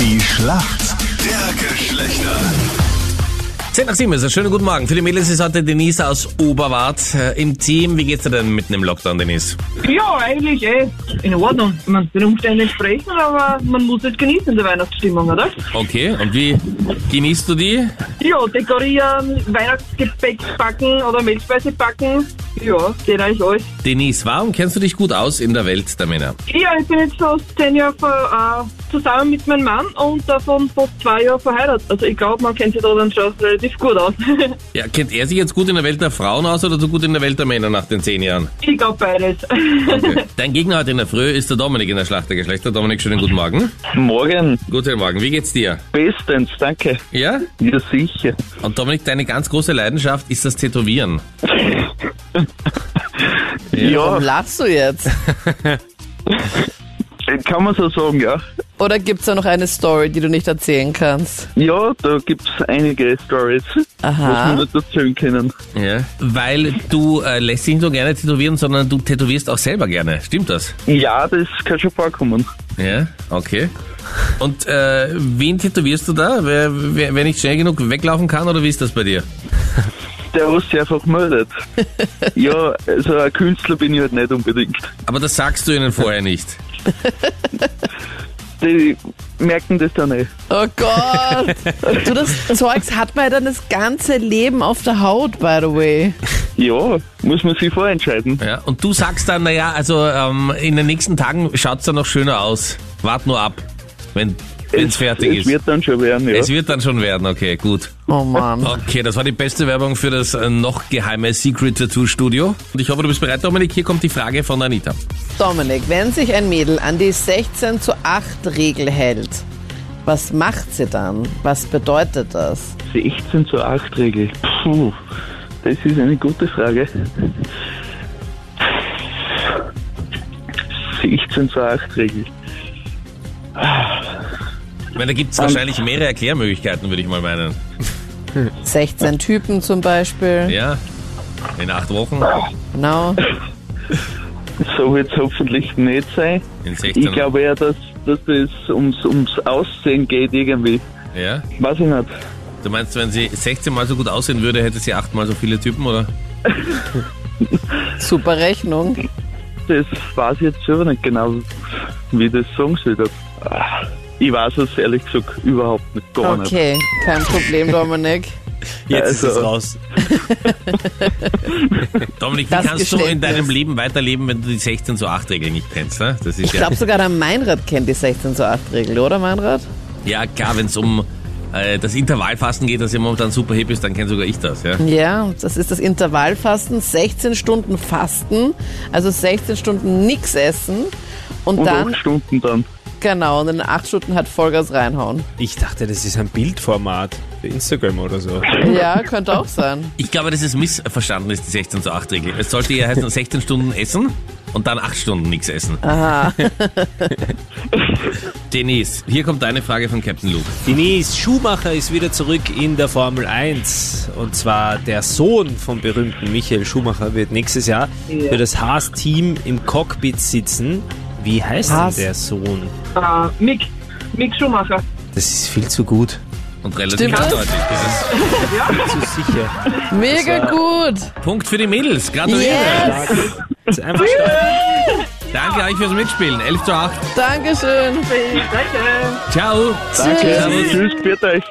Die Schlacht der Geschlechter. 10:07 ist es. Schönen guten Morgen. Für die Mädels ist heute Denise aus Oberwart im Team. Wie geht's dir denn mitten im Lockdown, Denise? Ja, eigentlich in Ordnung. Ich meine, den Umständen entsprechen, aber man muss es genießen in der Weihnachtsstimmung, oder? Okay, und wie genießt du die? Ja, dekorieren, Weihnachtsgebäck backen oder Mehlspeise backen. Ja, geht eigentlich alles. Denise, warum kennst du dich gut aus in der Welt der Männer? Ja, ich bin jetzt fast 10 Jahre zusammen mit meinem Mann und davon fast 2 Jahre verheiratet. Also ich glaube, man kennt sich da dann schon relativ gut aus. Ja, kennt er sich jetzt gut in der Welt der Frauen aus oder so gut in der Welt der Männer nach den 10 Jahren? Ich glaube beides. Okay. Dein Gegner heute in der Früh ist der Dominik in der Schlacht der Geschlechter. Dominik, schönen guten Morgen. Morgen. Guten Morgen, wie geht's dir? Bestens, danke. Ja? Ja, sicher. Und Dominik, deine ganz große Leidenschaft ist das Tätowieren. Warum lachst du jetzt? Kann man so sagen, ja. Oder gibt's da noch eine Story, die du nicht erzählen kannst? Ja, da gibt's einige Stories, was wir nicht erzählen können. Ja. Weil du lässt dich nicht nur gerne tätowieren, sondern du tätowierst auch selber gerne. Stimmt das? Ja, das kann schon vorkommen. Ja, okay. Und wen tätowierst du da? Wer nicht schnell genug weglaufen kann, oder wie ist das bei dir? Der, was sich einfach meldet. Ja, also ein Künstler bin ich halt nicht unbedingt. Aber das sagst du ihnen vorher nicht. Die merken das dann nicht. Oh Gott! Du, das Zeugs hat man ja dann das ganze Leben auf der Haut, by the way. Ja, muss man sich vorentscheiden. Ja, und du sagst dann, naja, also in den nächsten Tagen schaut's dann noch schöner aus. Wart nur ab, wenn es fertig ist. Es wird dann schon werden, ja. Es wird dann schon werden, okay, gut. Oh Mann. Okay, das war die beste Werbung für das noch geheime Secret Tattoo Studio. Und ich hoffe, du bist bereit, Dominik. Hier kommt die Frage von Anita. Dominik, wenn sich ein Mädel an die 16:8-Regel hält, was macht sie dann? Was bedeutet das? 16:8 Regel. Puh, das ist eine gute Frage. 16:8 Regel. Ich meine, da gibt es wahrscheinlich mehrere Erklärmöglichkeiten, würde ich mal meinen. 16 Typen zum Beispiel. Ja, in 8 Wochen, Genau. So wird es hoffentlich nicht sein. in 16. Ich glaube eher, dass das ums Aussehen geht irgendwie. Ja? Weiß ich nicht. Du meinst, wenn sie 16 Mal so gut aussehen würde, hätte sie 8 Mal so viele Typen, oder? Super Rechnung. Das weiß ich jetzt selber nicht genau, wie ich das sagen soll. Ich weiß es ehrlich gesagt überhaupt nicht, gar nicht. Okay, kein Problem, Dominik. Jetzt ist Also- es raus. Dominik, wie Das kannst du in deinem Geständnis. Leben weiterleben, wenn du die 16:8-Regel nicht kennst? Ne? Das ist Ich glaube sogar der Meinrad kennt die 16:8-Regel, oder Meinrad? Ja, klar, wenn es um das Intervallfasten geht, das ja momentan super hip ist, dann kenne sogar ich das. Ja? Ja, das ist das Intervallfasten, 16 Stunden Fasten, also 16 Stunden nichts essen und Und dann, 8 Stunden dann. genau, und in 8 Stunden halt Vollgas reinhauen. Ich dachte, das ist ein Bildformat für Instagram oder so. Ja, könnte auch sein. Ich glaube, das ist missverstanden, ist die 16:8-Regel. Es sollte ja heißen 16 Stunden essen und dann 8 Stunden nichts essen. Aha. Denise, hier kommt deine Frage von Captain Luke. Denise Schumacher ist wieder zurück in der Formel 1. Und zwar der Sohn vom berühmten Michael Schumacher wird nächstes Jahr für das Haas-Team im Cockpit sitzen. Wie heißt Haas? denn der Sohn? Mick Schumacher. Das ist viel zu gut. Und relativ Stimmt das? eindeutig. Das Viel zu sicher. Mega gut. ist Punkt für die Mädels. Gratuliere. Yes. Das ist einfach stark. Danke euch fürs Mitspielen. 11:8. Dankeschön. Danke. Ciao. Danke. Servus. Tschüss, bitte euch.